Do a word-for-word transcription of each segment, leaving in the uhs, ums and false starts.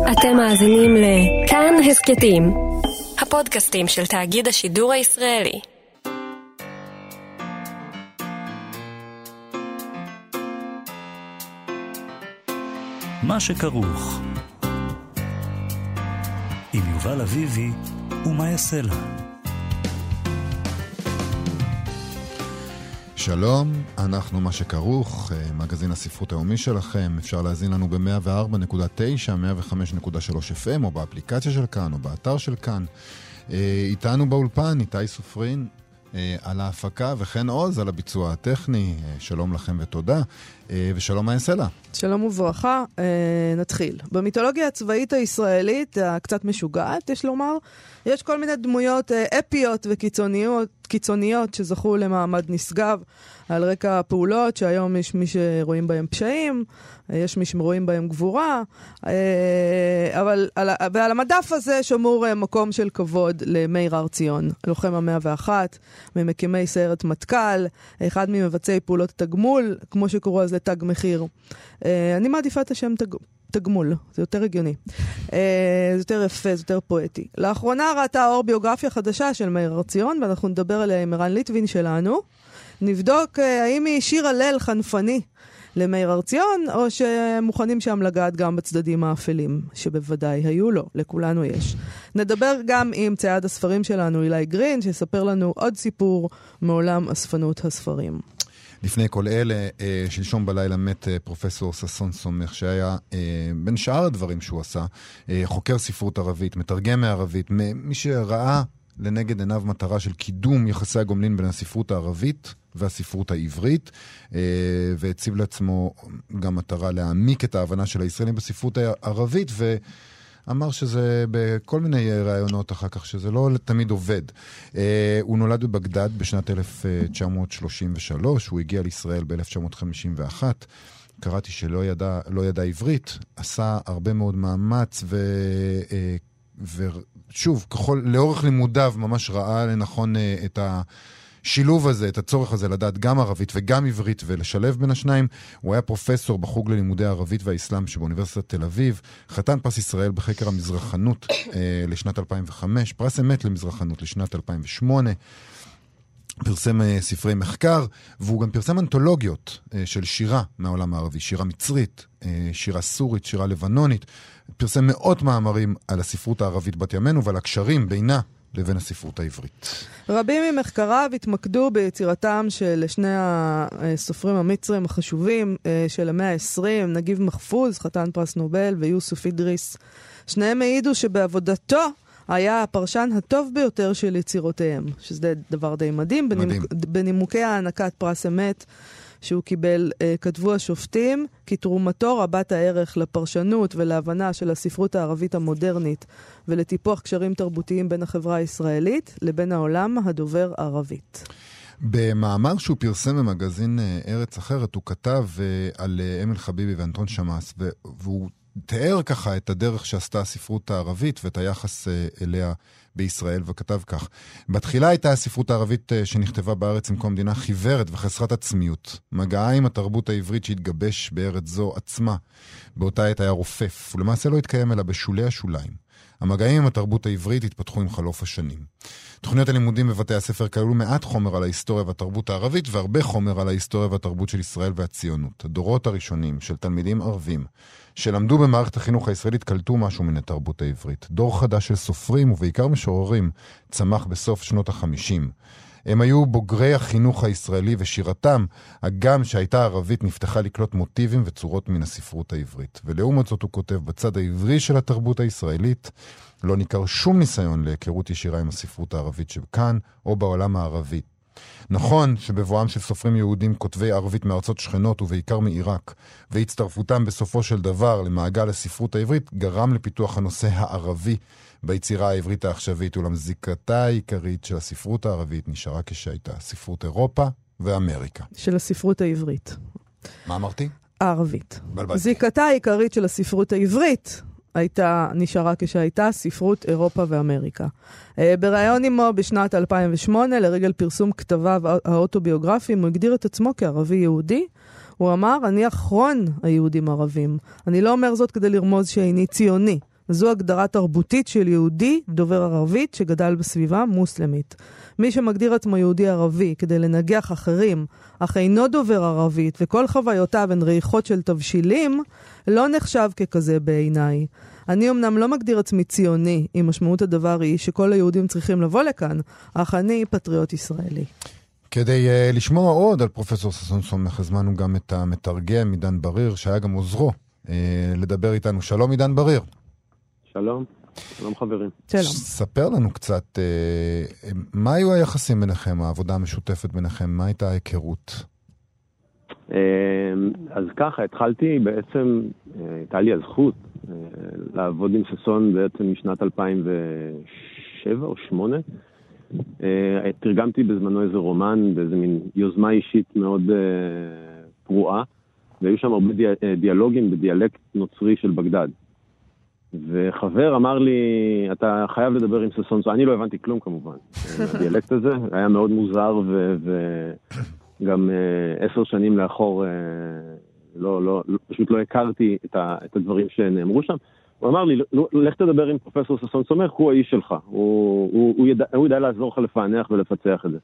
אתם מאזינים לכאן הסקטים, הפודקאסטים של תאגיד השידור הישראלי. מה שכרוך עם יובל אביבי ומה יעשה לה. שלום, אנחנו מה שכרוך, מגזין הספרות היומי שלכם. אפשר להזין לנו ב-מאה וארבע נקודה תשע, מאה וחמש נקודה שלוש אף אם, או באפליקציה של כאן, או באתר של כאן. איתנו באולפן, איתי סופרין, על ההפקה, וכן עוז על הביצוע הטכני. שלום לכם ותודה. ושלום מה יעשה לה. שלום וברכה. נתחיל. במיתולוגיה הצבאית הישראלית, הקצת משוגעת, יש לומר, יש כל מיני דמויות אפיות וקיצוניות קיצוניות שזכו למעמד נשגב על רקע הפעולות, שהיום יש מי שרואים בהם פשעים, יש מי שרואים בהם גבורה, אבל ועל המדף הזה שמור מקום של כבוד למאיר הר ציון, לוחם המאה ואחת, ממקימי סיירת מטכ"ל, אחד ממבצעי פעולות תגמול, כמו שקוראו אז לתג מחיר. אני מעדיפה את השם תג... תגמול, זה יותר הגיוני. זה יותר יפה, זה יותר פואטי. לאחרונה ראתה אור ביוגרפיה חדשה של מאיר הר ציון, ואנחנו נדבר עליה עם ערן ליטבין שלנו. נבדוק האם היא שיר הלל חנפני למאיר הר ציון, או שמוכנים שם לגעת גם בצדדים האפלים, שבוודאי היו לו, לכולנו יש. נדבר גם עם צייד הספרים שלנו, אילי גרין, שיספר לנו עוד סיפור מעולם אספנות הספרים. לפני כל אלה, שלשום בלילה מת פרופסור ששון סומך, שהיה בין שאר הדברים שהוא עשה, חוקר ספרות ערבית, מתרגם מערבית, מי שראה לנגד עיניו מטרה של קידום יחסי הגומלין בין הספרות הערבית והספרות העברית, והציב לעצמו גם מטרה להעמיק את ההבנה של הישראלים בספרות הערבית, ו... אמר שזה בכל מיני רעיונות אחר כך, שזה לא תמיד עובד. הוא נולד בבגדד בשנת אלף תשע מאות שלושים ושלוש, הוא הגיע לישראל ב-אלף תשע מאות חמישים ואחת, קראתי שלא ידע, לא ידע עברית, עשה הרבה מאוד מאמץ, ו... ושוב, ככל, לאורך לימודיו ממש ראה לנכון את ה... שילוב הזה, את הצורך הזה לדעת גם ערבית וגם עברית ולשלב בין השניים. הוא היה פרופסור בחוג ללימודי הערבית והאסלאם שבאוניברסיטת תל אביב, חתן פרס ישראל בחקר המזרחנות אה, לשנת אלפיים וחמש, פרס אמת למזרחנות לשנת אלפיים ושמונה, פרסם אה, ספרי מחקר, והוא גם פרסם אנתולוגיות אה, של שירה מהעולם הערבי, שירה מצרית, אה, שירה סורית, שירה לבנונית, פרסם מאות מאמרים על הספרות הערבית בת ימינו ועל הקשרים בינה לבין הספרות העברית. רבים ממחקריו התמקדו ביצירתם של שני הסופרים המצרים החשובים של המאה ה-עשרים, נגיב מחפוז, חתן פרס נובל, ויוסוף אידריס. שניהם העידו שבעבודתו היה הפרשן הטוב ביותר של יצירותיהם, שזה דבר די מדהים. מדהים. בנימוק, בנימוקי הענקת פרס אמת שהוא קיבל, כתבו השופטים כי תרומתו רבת הערך לפרשנות ולהבנה של הספרות הערבית המודרנית ולטיפוח קשרים תרבותיים בין החברה הישראלית לבין העולם הדובר ערבית. במאמר שהוא פרסם במגזין ארץ אחרת, הוא כתב על אמיל חביבי ואנטון שמאס, והוא תיאר ככה את הדרך שעשתה הספרות הערבית ואת היחס אליה בישראל, וכתב כך: בתחילה הייתה הספרות הערבית שנכתבה בארץ עם קום המדינה חיוורת וחסרת עצמיות, מגעה עם התרבות העברית שהתגבש בארץ זו עצמה, באותה עת היה רופף, ולמעשה לא התקיים אלא בשולי השוליים. המגעים עם התרבות העברית התפתחו עם חלוף השנים. תוכניות הלימודים בבתי הספר כללו מעט חומר על ההיסטוריה והתרבות הערבית, והרבה חומר על ההיסטוריה והתרבות של ישראל והציונות. הדורות הראשונים של תלמידים ערבים שלמדו במערכת החינוך הישראלית קלטו משהו מן התרבות העברית. דור חדש של סופרים ובעיקר משוררים צמח בסוף שנות החמישים. הם היו בוגרי החינוך הישראלי, ושירתם, הגם שהייתה ערבית, נפתחה לקלוט מוטיבים וצורות מן הספרות העברית. ולעומת זאת הוא כותב, בצד העברי של התרבות הישראלית לא ניכר שום ניסיון להיכרות ישירה עם הספרות הערבית שכאן או בעולם הערבי. נכון שבבואם של סופרים יהודים כותבי ערבית מארצות שכנות ובעיקר מעיראק, והצטרפותם בסופו של דבר למעגל הספרות העברית, גרם לפיתוח הנושא הערבי ביצירה העברית העכשווית, אולם זיקתה העיקרית של הספרות הערבית נשארה כשהייתה ספרות אירופה ואמריקה. של הספרות העברית. מה אמרתי? הערבית. בלבלתי. זיקתה העיקרית של הספרות העברית הייתה, נשארה כשהייתה ספרות אירופה ואמריקה. בראיון עמו בשנת אלפיים ושמונה, לרגל פרסום כתביו האוטוביוגרפיים, הוא הגדיר את עצמו כערבי יהודי. הוא אמר, אני אחרון היהודים ערבים. אני לא אומר זאת כדי לרמוז שאיני ציוני. זו הגדרה תרבותית של יהודי דובר ערבית שגדל בסביבה מוסלמית. מי שמגדיר עצמו יהודי ערבי כדי לנגח אחרים, אך אינו דובר ערבית וכל חוויותיו הן ריחות של תבשילים, לא נחשב ככזה בעיניי. אני אמנם לא מגדיר עצמי ציוני, אם משמעות הדבר היא שכל היהודים צריכים לבוא לכאן, אך אני פטריוט ישראלי. כדי uh, לשמוע עוד על פרופסור ששון סומך, הזמנו גם את המתרגם עידן בריר, שהיה גם עוזרו, uh, לדבר איתנו. שלום עידן בריר. שלום, שלום חברים. שלום. ספר לנו קצת, uh, מה היו היחסים ביניכם, העבודה המשותפת ביניכם, מה הייתה ההיכרות? Uh, אז ככה, התחלתי בעצם, uh, הייתה לי הזכות uh, לעבוד עם ששון בעצם משנת אלפיים ושבע או שמונה. Uh, תרגמתי בזמנו איזה רומן, באיזה מין יוזמה אישית מאוד uh, פרועה, והיו שם הרבה די, uh, דיאלוגים בדיאלקט נוצרי של בגדד. וחבר אמר לי, אתה חייב לדבר עם ששון, אני לא הבנתי כלום כמובן. הדיאלקט הזה היה מאוד מוזר, וגם uh, עשר שנים לאחור, uh, לא, לא, פשוט לא הכרתי את, ה, את הדברים שנאמרו שם. הוא אמר לי, לך תדבר עם פרופסור ששון סומך, הוא האיש שלך. הוא, הוא, הוא, ידע, הוא ידע לעזור לך לפענח ולפצח את זה.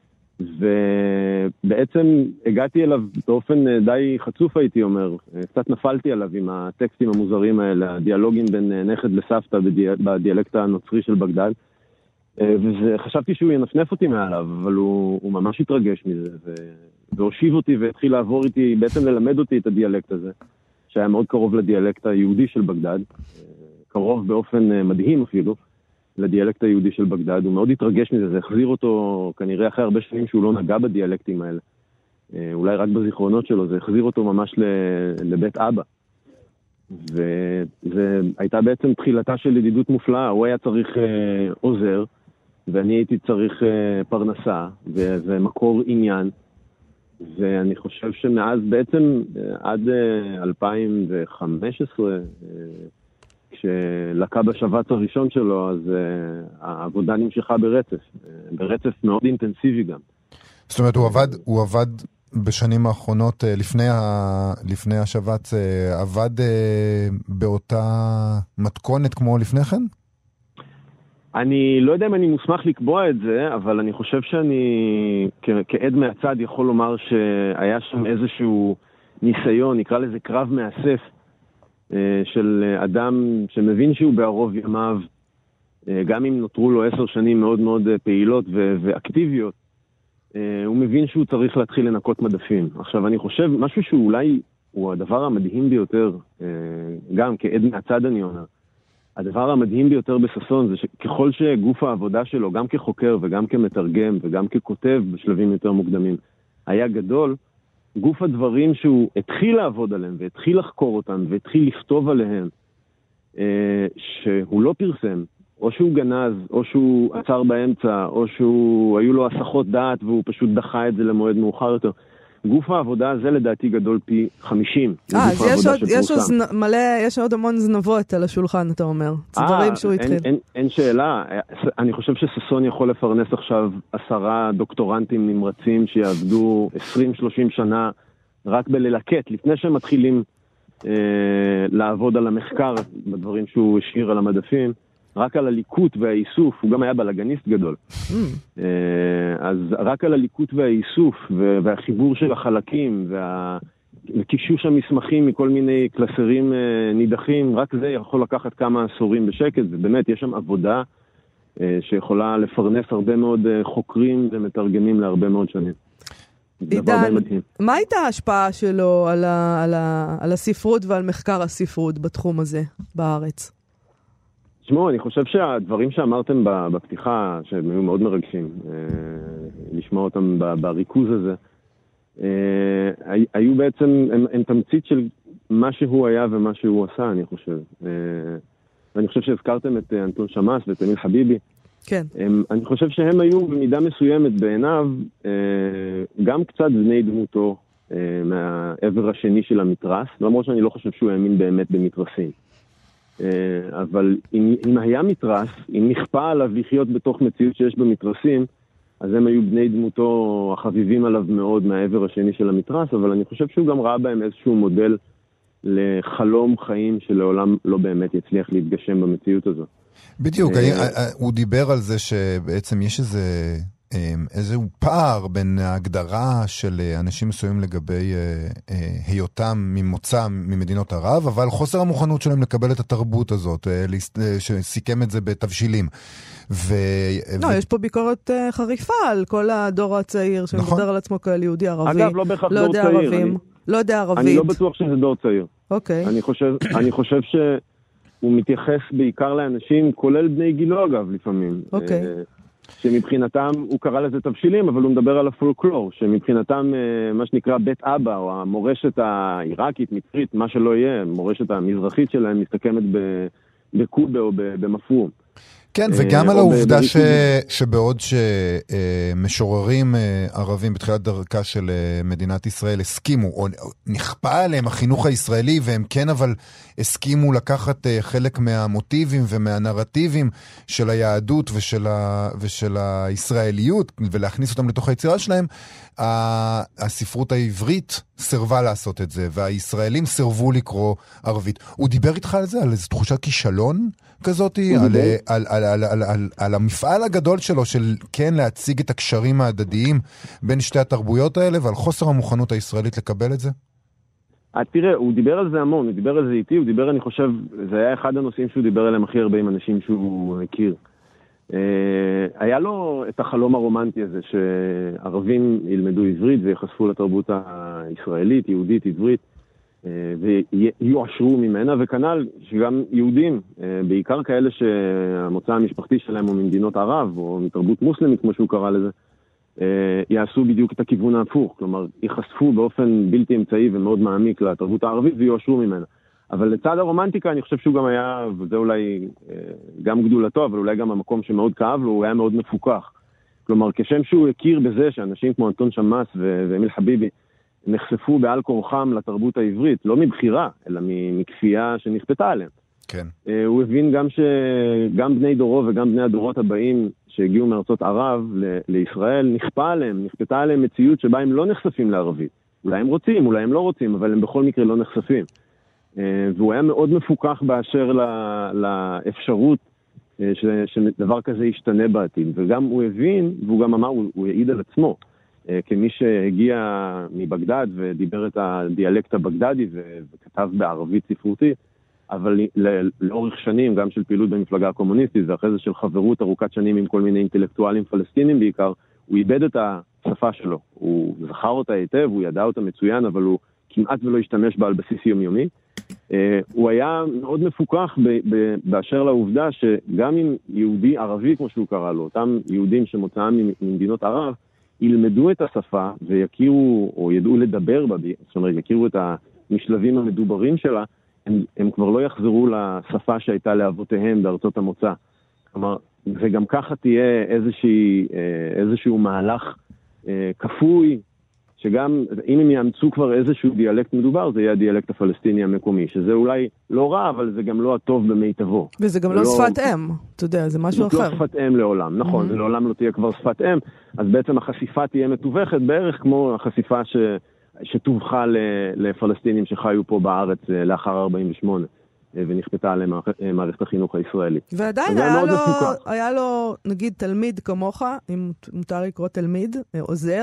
ובעצם הגעתי אליו באופן די חצוף, הייתי אומר. קצת נפלתי עליו עם הטקסטים המוזרים האלה, הדיאלוגים בין נכד לסבתא בדיאלקט הנוצרי של בגדד. וחשבתי שהוא ינפנף אותי מעליו, אבל הוא, הוא ממש התרגש מזה. והושיב אותי והתחיל לעבור איתי, בעצם ללמד אותי את הדיאלקט הזה. שהיה מאוד קרוב לדיאלקט היהודי של בגדד, קרוב באופן מדהים אפילו, לדיאלקט היהודי של בגדד. הוא מאוד התרגש מזה, זה החזיר אותו כנראה אחרי הרבה שנים שהוא לא נגע בדיאלקטים האלה. אולי רק בזיכרונות שלו, זה החזיר אותו ממש לבית אבא. וזה הייתה בעצם תחילתה של ידידות מופלאה. הוא היה צריך עוזר, ואני הייתי צריך פרנסה, ומקור עניין. ואני חושב שמאז בעצם עד אלפיים וחמש עשרה, כשלקה בשבץ הראשון שלו, אז העבודה נמשכה ברצף, ברצף מאוד אינטנסיבי גם. זאת אומרת, הוא עבד, הוא עבד בשנים האחרונות, לפני, ה, לפני השבץ, עבד באותה מתכונת כמו לפני כן? אני לא יודע אם אני מוסמך לקבוע את זה, אבל אני חושב שאני כעד מהצד יכול לומר שהיה שם איזשהו ניסיון, נקרא לזה קרב מאסף, של אדם שמבין שהוא בערוב ימיו, גם אם נותרו לו עשר שנים מאוד מאוד פעילות ואקטיביות, הוא מבין שהוא צריך להתחיל לנקות מדפים. עכשיו אני חושב, משהו שאולי הוא הדבר המדהים ביותר, גם כעד מהצד אני אומר, הדבר המדהים ביותר בששון זה שככל שגוף העבודה שלו, גם כחוקר וגם כמתרגם וגם ככותב בשלבים יותר מוקדמים, היה גדול, גוף הדברים שהוא התחיל לעבוד עליהם והתחיל לחקור אותם והתחיל לכתוב עליהם, שהוא לא פרסם, או שהוא גנז, או שהוא עצר באמצע, או שהיו לו הסחות דעת והוא פשוט דחה את זה למועד מאוחר יותר. גוף העבודה הזה לדעתי גדול פי חמישים. אה, אז יש עוד, יש עוד זנ... מלא, יש עוד המון זנבות על השולחן, אתה אומר. זה דברים שהוא התחיל. אין, אין, אין שאלה. אני חושב שששון יכול לפרנס עכשיו עשרה דוקטורנטים נמרצים שיעבדו עשרים שלושים שנה רק בללקט, לפני שהם מתחילים אה, לעבוד על המחקר בדברים שהוא השאיר על המדפים. רק על הליקוט והאיסוף, הוא גם היה בלגניסט גדול. Mm. אז רק על הליקוט והאיסוף והחיבור של החלקים וה... וקישוש המסמכים מכל מיני קלסרים נידחים, רק זה יכול לקחת כמה עשורים בשקט, ובאמת יש שם עבודה שיכולה לפרנס הרבה מאוד חוקרים ומתרגמים להרבה מאוד שנים. עידן, מה הייתה ההשפעה שלו על, ה... על, ה... על הספרות ועל מחקר הספרות בתחום הזה בארץ? תשמעו, אני חושב שהדברים שאמרתם בפתיחה, שהם היו מאוד מרגשים, לשמוע אותם בריכוז הזה, היו בעצם, הם, הם תמצית של מה שהוא היה ומה שהוא עשה, אני חושב. ואני חושב שהזכרתם את אנטון שמאס ואת אמיל חביבי. כן. הם, אני חושב שהם היו במידה מסוימת בעיניו, גם קצת בני דמותו מהעבר השני של המתרס, למרות שאני לא חושב שהוא האמין באמת במתרסים. אבל אם, אם היה מתרס, אם נכפה עליו לחיות בתוך מציאות שיש במתרסים, אז הם היו בני דמותו החביבים עליו מאוד מהעבר השני של המתרס, אבל אני חושב שהוא גם ראה בהם איזשהו מודל לחלום חיים שלעולם לא באמת יצליח להתגשם במציאות הזו. בדיוק, הוא דיבר על זה שבעצם יש איזה... איזשהו פער בין ההגדרה של אנשים מסוימים לגבי היותם ממוצא ממדינות ערב, אבל חוסר המוכנות שלהם לקבל את התרבות הזאת, שסיכם את זה בתבשילים. לא, יש פה ביקורת חריפה על כל הדור הצעיר שמדבר על עצמו כאל יהודי ערבי. אגב, לא בהכרח דור צעיר. לא יודע ערבית. אני לא בטוח שזה דור צעיר. אוקיי. אני חושב שהוא מתייחס בעיקר לאנשים, כולל בני גילו אגב לפעמים. אוקיי. שמבחינתם, הוא קרא לזה תבשילים, אבל הוא מדבר על הפולקלור, שמבחינתם, מה שנקרא בית אבא, או המורשת העיראקית, מצרית, מה שלא יהיה, המורשת המזרחית שלהם, מסתכמת בקובה או במפרום. כן, וגם על העובדה ש... שבעוד שמשוררים ערבים בתחילת דרכה של מדינת ישראל הסכימו, או נכפה עליהם החינוך הישראלי, והם כן אבל הסכימו לקחת חלק מהמוטיבים ומהנרטיבים של היהדות ושל, ה... ושל הישראליות, ולהכניס אותם לתוך היצירה שלהם, הספרות העברית סרבה לעשות את זה, והישראלים סרבו לקרוא ערבית. הוא דיבר איתך על זה, על איזו תחושת כישלון כזאת, על, על, על, על, על, על, על המפעל הגדול שלו של כן להציג את הקשרים ההדדיים בין שתי התרבויות האלה, ועל חוסר המוכנות הישראלית לקבל את זה? תראה, הוא דיבר על זה המון, הוא דיבר על זה איתי, הוא דיבר, אני חושב, זה היה אחד הנושאים שהוא דיבר עליהם הכי הרבה עם אנשים שהוא הכיר. היה לו את החלום הרומנטי הזה שערבים ילמדו עברית ויחשפו לתרבות הישראלית, יהודית, עברית, ויועשרו ממנה, וכנ"ל שגם יהודים, בעיקר כאלה שהמוצא המשפחתי שלהם הוא ממדינות ערב או מתרבות מוסלמית כמו שהוא קרא לזה, יעשו בדיוק את הכיוון ההפוך, כלומר ייחשפו באופן בלתי אמצעי ומאוד מעמיק לתרבות הערבית ויועשרו ממנה. אבל לצד הרומנטיקה אני חושב שהוא גם היה, וזה אולי גם גדולתו, אבל אולי גם המקום שמאוד כאב לו, הוא היה מאוד מפוקח. כלומר, כשם שהוא הכיר בזה שאנשים כמו אנטון שמאס ואמיל חביבי נחשפו בעל כורחם לתרבות העברית, לא מבחירה, אלא מכפייה שנכפתה עליהם. כן. הוא הבין גם שגם בני דורו וגם בני הדורות הבאים שהגיעו מארצות ערב לישראל, נכפה עליהם, נכפתה עליהם מציאות שבה הם לא נחשפים לערבית. אולי הם רוצים, אולי הם לא רוצים, אבל הם בכל מקרה לא נחשפים. והוא היה מאוד מפוקח באשר לאפשרות שדבר כזה ישתנה בעתיד. וגם הוא הבין, והוא גם אמר, הוא העיד על עצמו, כמי שהגיע מבגדד ודיבר את הדיאלקט הבגדדי וכתב בערבית ספרותי, אבל לאורך שנים, גם של פעילות במפלגה הקומוניסטית, ואחרי זה של חברות ארוכת שנים עם כל מיני אינטלקטואלים פלסטינים בעיקר, הוא איבד את השפה שלו. הוא זכר אותה היטב, הוא ידע אותה מצוין, אבל הוא כמעט ולא השתמש בה על בסיס יומיומי. הוא היה מאוד מפוקח באשר לעובדה שגם אם יהודי ערבי, כמו שהוא קרא לו, אותם יהודים שמוצאם ממדינות ערב, ילמדו את השפה ויכירו, או ידעו לדבר בה, זאת אומרת, יכירו את המשלבים המדוברים שלה, הם, הם כבר לא יחזרו לשפה שהייתה לאבותיהם בארצות המוצא. כלומר, וגם ככה תהיה איזושהי, איזשהו מהלך כפוי, שגם אם הם יאמצו כבר איזשהו דיאלקט מדובר, זה יהיה הדיאלקט הפלסטיני המקומי, שזה אולי לא רע, אבל זה גם לא הטוב במיטבו. וזה גם לא שפת אם, אתה יודע, זה משהו אחר. זה לא שפת אם לעולם, נכון, זה לעולם לא תהיה כבר שפת אם, אז בעצם החשיפה תהיה מתווכת בערך כמו החשיפה ש... שתובחה לפלסטינים שחיו פה בארץ לאחר ארבעים ושמונה, ונכפתה עליהם מערכת החינוך הישראלית. ועדיין היה לו, היה לו, נגיד, תלמיד כמוך, אם מותר לקרוא תלמיד, עוזר,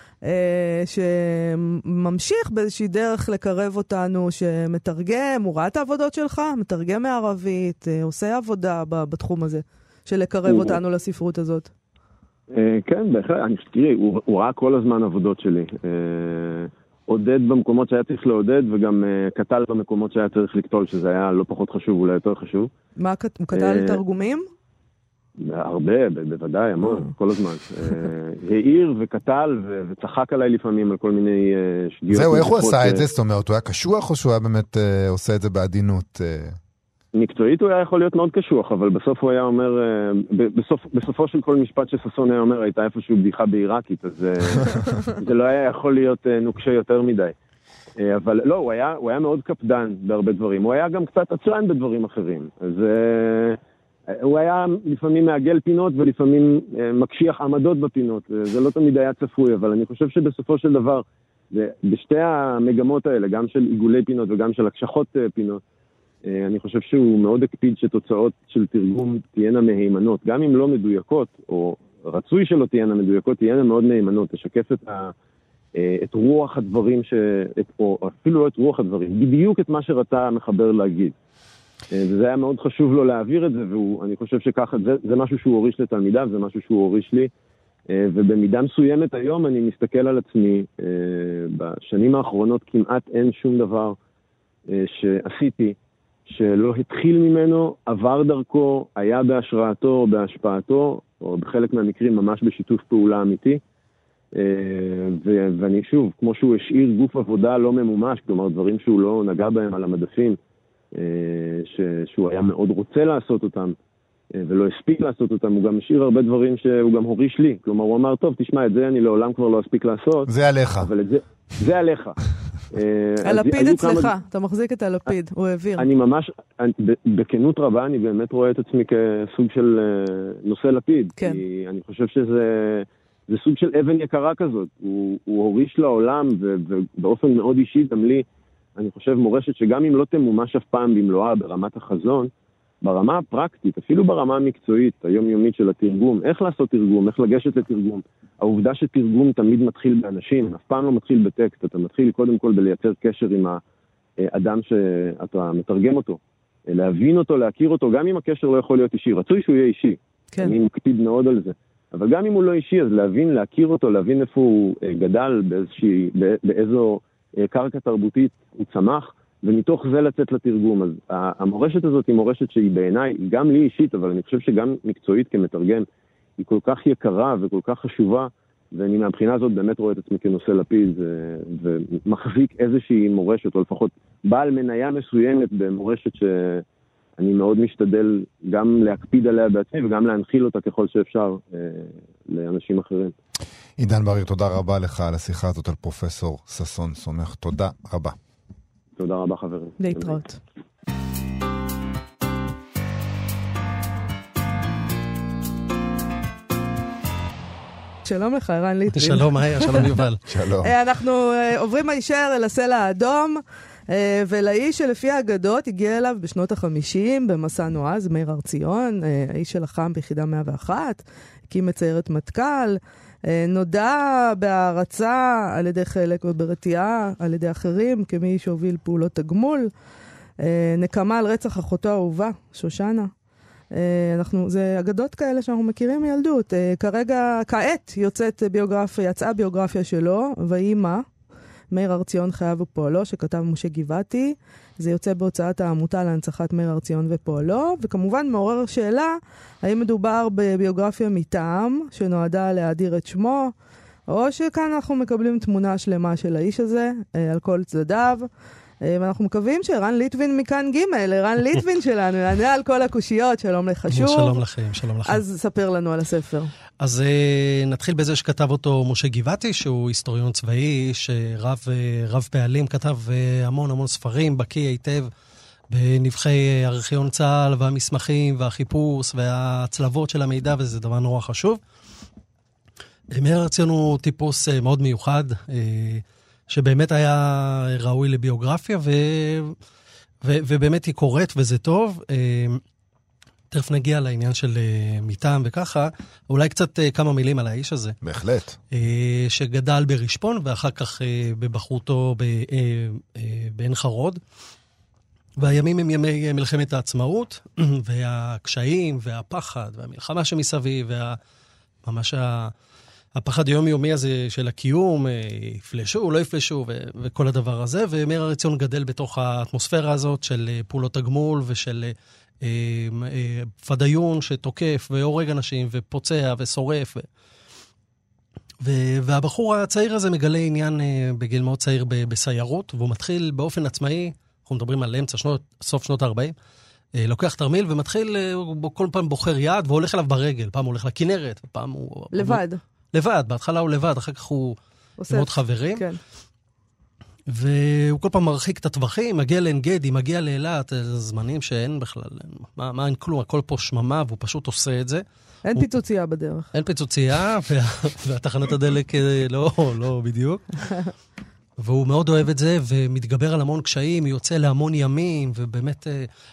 שממשיך באיזושהי דרך לקרב אותנו, שמתרגם, הוא ראה את העבודות שלך, מתרגם מערבית, עושה עבודה בתחום הזה, של לקרב אותנו לספרות הזאת. כן, בהחלט, תראי, הוא ראה כל הזמן עבודות שלי. עודד במקומות שהיה צריך לעודד, וגם קטל במקומות שהיה צריך לקטול, שזה היה לא פחות חשוב, אולי יותר חשוב. מה, הוא קטל תרגומים? הרבה, בוודאי, המון, כל הזמן. העיר וקטל וצחק עליי לפעמים על כל מיני שגיאות. זהו, איך הוא עשה את זה? זאת אומרת, הוא היה קשוח או שהוא היה באמת עושה את זה בעדינות? מקצועית הוא היה יכול להיות מאוד קשוח, אבל בסוף הוא היה אומר, בסוף, בסופו של כל משפט שססון היה אומר, הייתה איפשהו בדיחה בעיראקית, אז זה לא היה יכול להיות נוקשה יותר מדי. אבל לא, הוא היה, הוא היה מאוד קפדן בהרבה דברים. הוא היה גם קצת עצלן בדברים אחרים. אז הוא היה לפעמים מעגל פינות ולפעמים מקשיח עמדות בפינות. זה לא תמיד היה צפוי, אבל אני חושב שבסופו של דבר ובשתי המגמות האלה, גם של עיגולי פינות וגם של הקשחות פינות, אני חושב שהוא מאוד הקפיד שתוצאות של תרגום תהיינה מהימנות, גם אם לא מדויקות, או רצוי שלא תהיינה מדויקות, תהיינה מאוד מהימנות, תשקף את, ה, את רוח הדברים, ש, את, או אפילו לא את רוח הדברים, בדיוק את מה שרצה המחבר להגיד. וזה היה מאוד חשוב לו להעביר את זה, ואני חושב שככה, זה, זה משהו שהוא הוריש לתלמידיו, זה משהו שהוא הוריש לי, ובמידה מסוימת היום אני מסתכל על עצמי, בשנים האחרונות כמעט אין שום דבר שעשיתי, שלא התחיל ממנו, עבר דרכו, היה בהשראתו או בהשפעתו, או בחלק מהמקרים ממש בשיתוף פעולה אמיתי. ו- ואני שוב, כמו שהוא השאיר גוף עבודה לא ממומש, כלומר דברים שהוא לא נגע בהם על המדפים, ש- שהוא היה מאוד רוצה לעשות אותם, ולא הספיק לעשות אותם, הוא גם השאיר הרבה דברים שהוא גם הוריש לי. כלומר, הוא אמר, טוב, תשמע, את זה אני לעולם כבר לא אספיק לעשות. זה עליך. אבל את זה, זה עליך. הלפיד אצלך, אתה מחזיק את הלפיד, הוא העביר. אני ממש, בכנות רבה, אני באמת רואה את עצמי כסוג של נושא לפיד. כי אני חושב שזה זה סוג של אבן יקרה כזאת. הוא הוריש לעולם, ובאופן מאוד אישי גם לי, אני חושב מורשת שגם אם לא תמומש אף פעם במלואה ברמת החזון, ברמה הפרקטית, אפילו ברמה המקצועית, היומיומית של התרגום, איך לעשות תרגום, איך לגשת לתרגום. העובדה שתרגום תמיד מתחיל באנשים, אף פעם לא מתחיל בטקסט, אתה מתחיל קודם כל בלייצר קשר עם האדם שאתה מתרגם אותו, להבין אותו, להכיר אותו, גם אם הקשר לא יכול להיות אישי, רצוי שהוא יהיה אישי, כן. אני מקפיד מאוד על זה, אבל גם אם הוא לא אישי, אז להבין, להכיר אותו, להבין איפה הוא גדל, באיזושהי, באיזו קרקע תרבותית הוא צמח, ומתוך זה לצאת לתרגום. אז המורשת הזאת היא מורשת שהיא בעיניי, גם לי אישית, אבל אני חושב שגם מקצועית כמתרגם, היא כל כך יקרה וכל כך חשובה, ואני מהבחינה הזאת באמת רואה את עצמי כנושא לפיד, ומחזיק איזושהי מורשת, או לפחות בעל מניה מסוימת במורשת שאני מאוד משתדל גם להקפיד עליה בעצמי, וגם להנחיל אותה ככל שאפשר אה, לאנשים אחרים. עידן בריר, תודה רבה לך על השיחה הזאת על פרופסור ששון סומך. תודה רבה. תודה רבה חברים. להתראות. שלום לך, ערן ליטבין. שלום, היי, שלום יובל. שלום. אנחנו עוברים הישר אל הסלע האדום, ולאיש שלפי האגדות הגיע אליו בשנות החמישים במסע נועז, מאיר הר ציון, האיש שלחם ביחידה מאה ואחת, הקים את סיירת מטכ"ל, נודע בהערצה על ידי חלק וברתיעה על ידי אחרים, כמי שהוביל פעולות תגמול, נקמה על רצח אחותו האהובה, שושנה. אנחנו, זה אגדות כאלה שאנחנו מכירים מילדות. כרגע, כעת יוצאת ביוגרפיה, יצאה ביוגרפיה שלו, והיא מה? מאיר הר ציון חייו ופועלו, שכתב משה גבעתי. זה יוצא בהוצאת העמותה להנצחת מאיר הר ציון ופועלו, וכמובן מעורר שאלה, האם מדובר בביוגרפיה מטעם, שנועדה להאדיר את שמו, או שכאן אנחנו מקבלים תמונה שלמה של האיש הזה, על כל צדדיו, ואנחנו מקווים שערן ליטבין מכאן ג', ערן ליטבין שלנו, יענה על כל הקושיות, שלום לך שוב. שלום לכם, שלום לכם. אז ספר לנו על הספר. אז נתחיל בזה שכתב אותו משה גבעתי, שהוא היסטוריון צבאי, שרב רב פעלים, כתב המון המון ספרים, בקיא היטב, בנבחי ארכיון צה"ל והמסמכים והחיפוש והצלבות של המידע, וזה דבר נורא חשוב. מאיר הר ציון הוא טיפוס מאוד מיוחד, שבאמת היה ראוי לביוגרפיה, ו... ו... ובאמת היא קוראת וזה טוב. תכף נגיע לעניין של מטעם וככה, אולי קצת כמה מילים על האיש הזה. בהחלט. שגדל ברשפון, ואחר כך בבחרותו בעין חרוד. והימים הם ימי מלחמת העצמאות, והקשיים והפחד והמלחמה שמסביב, וממש ה... הפחד היומיומי הזה של הקיום, יפלשו, לא יפלשו, ו- וכל הדבר הזה, ומאיר הר ציון גדל בתוך האטמוספירה הזאת של פעולות תגמול, ושל אה, אה, פדיון שתוקף, והורג אנשים, ופוצע, ושורף. ו- ו- והבחור הצעיר הזה מגלה עניין אה, בגיל מאוד צעיר ב- בסיירות, והוא מתחיל באופן עצמאי, אנחנו מדברים על אמצע שנות, סוף שנות ה-ארבעים, אה, לוקח תרמיל, ומתחיל, אה, כל פעם בוחר יד, והולך אליו ברגל, פעם הוא הולך לכנרת, ופעם הוא... לבד. לבד, בהתחלה הוא לבד, אחר כך הוא עם עוד חברים. כן. והוא כל פעם מרחיק את הטווחים, מגיע לעין גדי, מגיע לאילת, זמנים שאין בכלל, מה, מה אין כלום, הכל פה שממה, והוא פשוט עושה את זה. אין הוא... פיצוצייה בדרך. אין פיצוצייה, וה... והתחנת הדלק לא, לא בדיוק. והוא מאוד אוהב את זה, ומתגבר על המון קשיים, יוצא להמון ימים, ובאמת,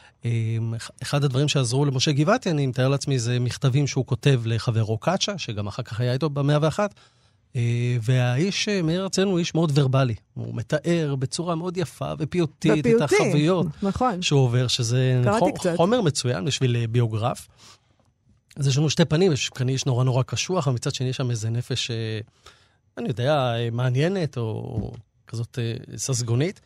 אחד הדברים שעזרו למשה גבעתי, אני מתאר לעצמי, זה מכתבים שהוא כותב לחברו קאצ'ה, שגם אחר כך היה איתו במאה ואחת, והאיש, מאיר הרצל, הוא איש מאוד ורבלי. הוא מתאר בצורה מאוד יפה ופיוטית, ופיוטי. את החוויות נכון. שהוא עובר, שזה חומר מצוין בשביל ביוגרף. אז יש לנו שתי פנים, יש כאן איש נורא נורא קשוח, ומצד שני יש שם איזה נפש, אני יודע, מעניינת, או כזאת ססגונית.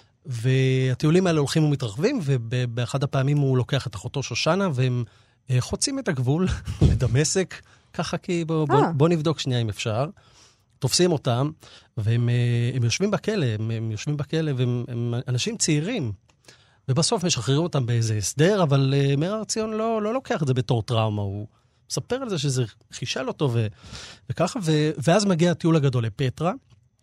והטיולים האלה הולכים ומתרחבים, ובאחד הפעמים הוא לוקח את אחותו שושנה, והם חוצים את הגבול לדמשק, ככה כי בוא, בוא, בוא נבדוק שנייה אם אפשר. תופסים אותם, והם הם יושבים בכלא, הם, הם יושבים בכלא, והם הם אנשים צעירים. ובסוף משחררים אותם באיזה הסדר, אבל uh, מאיר הר-ציון לא, לא לוקח את זה בתור טראומה, הוא מספר על זה שזה חישל אותו, ו, וככה, ו, ואז מגיע הטיול הגדול לפטרה,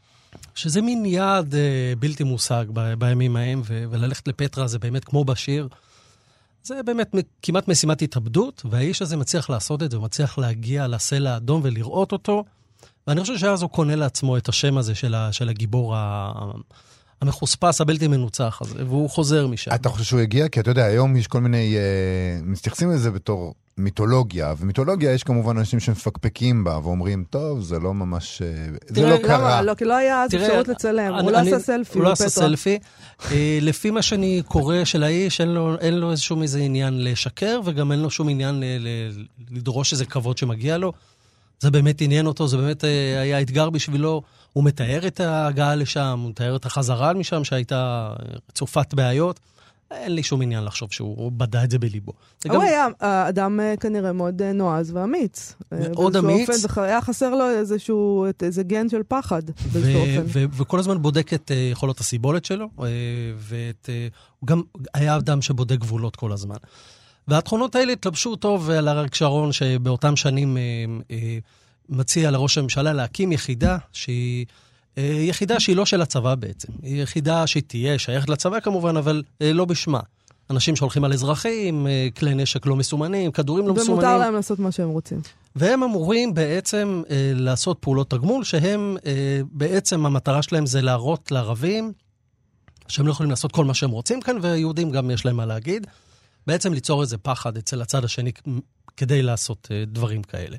שזה מין יעד uh, בלתי מושג ב, בימים ההם, ו, וללכת לפטרה זה באמת כמו בשיר, זה באמת כמעט משימת התאבדות, והאיש הזה מצליח לעשות את זה, הוא מצליח להגיע לסלע האדום ולראות אותו, ואני חושב שאז הוא קונה לעצמו את השם הזה של, ה, של הגיבור ה... המחוספס, הבלתי מנוצח הזה, והוא חוזר משם. אתה חושב שהוא הגיע? כי אתה יודע, היום יש כל מיני, אה, מתייחסים לזה בתור מיתולוגיה, ומיתולוגיה יש כמובן אנשים שמפקפקים בה, ואומרים, טוב, זה לא ממש, זה לא קרה. לא, כי לא היה אז אפשרות לצלם, הוא לא עשה סלפי. הוא לא עשה סלפי. לפי מה שאני קורא של האיש, אין לו איזשהו איזה עניין לשקר, וגם אין לו שום עניין לדרוש איזה כבוד שמגיע לו. זה באמת עניין אותו, זה באמת היה אתגר בשבילו. הוא מתאר את ההגעה לשם, הוא מתאר את החזרה משם שהייתה צופת בעיות. אין לי שום עניין לחשוב שהוא בדע את זה בליבו. הוא גם... היה אדם כנראה מאוד נועז ואמיץ. מאוד אמיץ. אופן, היה חסר לו איזשהו, איזה גן של פחד. ו- ו- ו- וכל הזמן בודק את uh, יכולות הסיבולת שלו, uh, ואת, uh, הוא גם היה אדם שבודק גבולות כל הזמן. והתכונות האלה התלבשו טוב על אריק שרון, שבאותם שנים uh, uh, מציע לראש הממשלה להקים יחידה שהיא... יחידה שהיא לא של הצבא בעצם. היא יחידה שהיא תהיה שייכת לצבא כמובן, אבל לא בשמה. אנשים שהולכים על אזרחים, כלי נשק לא מסומנים, כדורים לא מסומנים. ומותר להם לעשות מה שהם רוצים. והם אמורים בעצם לעשות פעולות תגמול, שהם בעצם המטרה שלהם זה להראות לערבים, שהם לא יכולים לעשות כל מה שהם רוצים כאן, ויהודים גם יש להם מה להגיד. בעצם ליצור איזה פחד אצל הצד השני כדי לעשות דברים כאלה.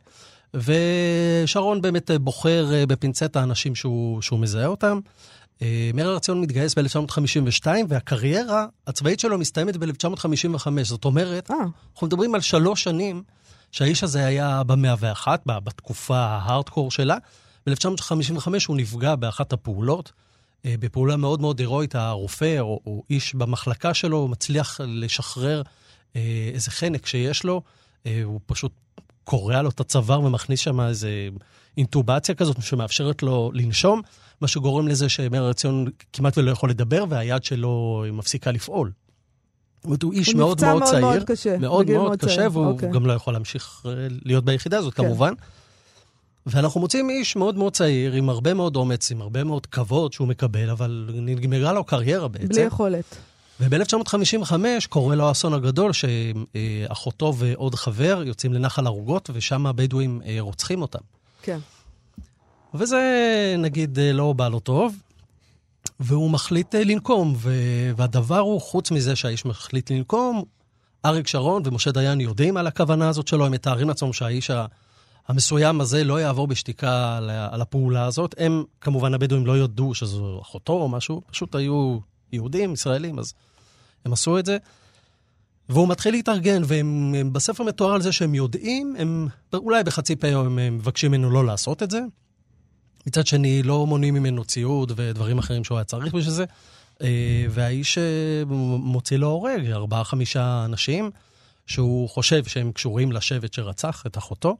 ושרון באמת בוחר בפינצט האנשים שהוא, שהוא מזהה אותם. מאיר הר-ציון מתגייס ב-אלף תשע מאות חמישים ושתיים, והקריירה הצבאית שלו מסתיימת ב-אלף תשע מאות חמישים וחמש. זאת אומרת, אנחנו מדברים על שלוש שנים שהאיש הזה היה במאה ואחת, בתקופה ההארדקור שלה. ב-אלף תשע מאות חמישים וחמש הוא נפגע באחת הפעולות, בפעולה מאוד מאוד הירואית, הרופא או, או איש במחלקה שלו, הוא מצליח לשחרר איזה חנק שיש לו, הוא פשוט קורע לו את הצוואר ומכניס שם איזו אינטובציה כזאת שמאפשרת לו לנשום, מה שגורם לזה שמאיר הר-ציון כמעט ולא יכול לדבר, והיד שלו מפסיקה לפעול. הוא איש מאוד מאוד צעיר, מאוד קשה, מאוד מאוד קשה, והוא okay. גם לא יכול להמשיך להיות ביחידה הזאת, okay. כמובן. ואנחנו מוצאים איש מאוד מאוד צעיר, עם הרבה מאוד אומץ, עם הרבה מאוד כבוד שהוא מקבל, אבל נגמרה לו קריירה בעצם. בלי יכולת. וב-אלף תשע מאות חמישים וחמש קורה לו האסון הגדול, שאחותו ועוד חבר יוצאים לנחל ערוגות, ושם הבדואים רוצחים אותם. כן. וזה, נגיד, לא בא לו טוב, והוא מחליט לנקום, והדבר הוא, חוץ מזה שהאיש מחליט לנקום, אריק שרון ומשה דיין יודעים על הכוונה הזאת שלו, הם מתארים לעצמם שהאיש המסוים הזה לא יעבור בשתיקה על הפעולה הזאת. הם, כמובן, הבדואים לא יודעו שזו אחותו או משהו, פשוט היו יהודים, ישראלים, אז הם עשו את זה. והוא מתחיל להתארגן, והם בספר מתואר על זה שהם יודעים, הם אולי בחצי פה הם מבקשים ממנו לא לעשות את זה. מצד שני, לא מונעים ממנו ציוד ודברים אחרים שהוא היה צריך בשביל זה. והאיש מוציא לו הורג, ארבעה, חמישה אנשים, שהוא חושב שהם קשורים לשבט שרצח את אחותו.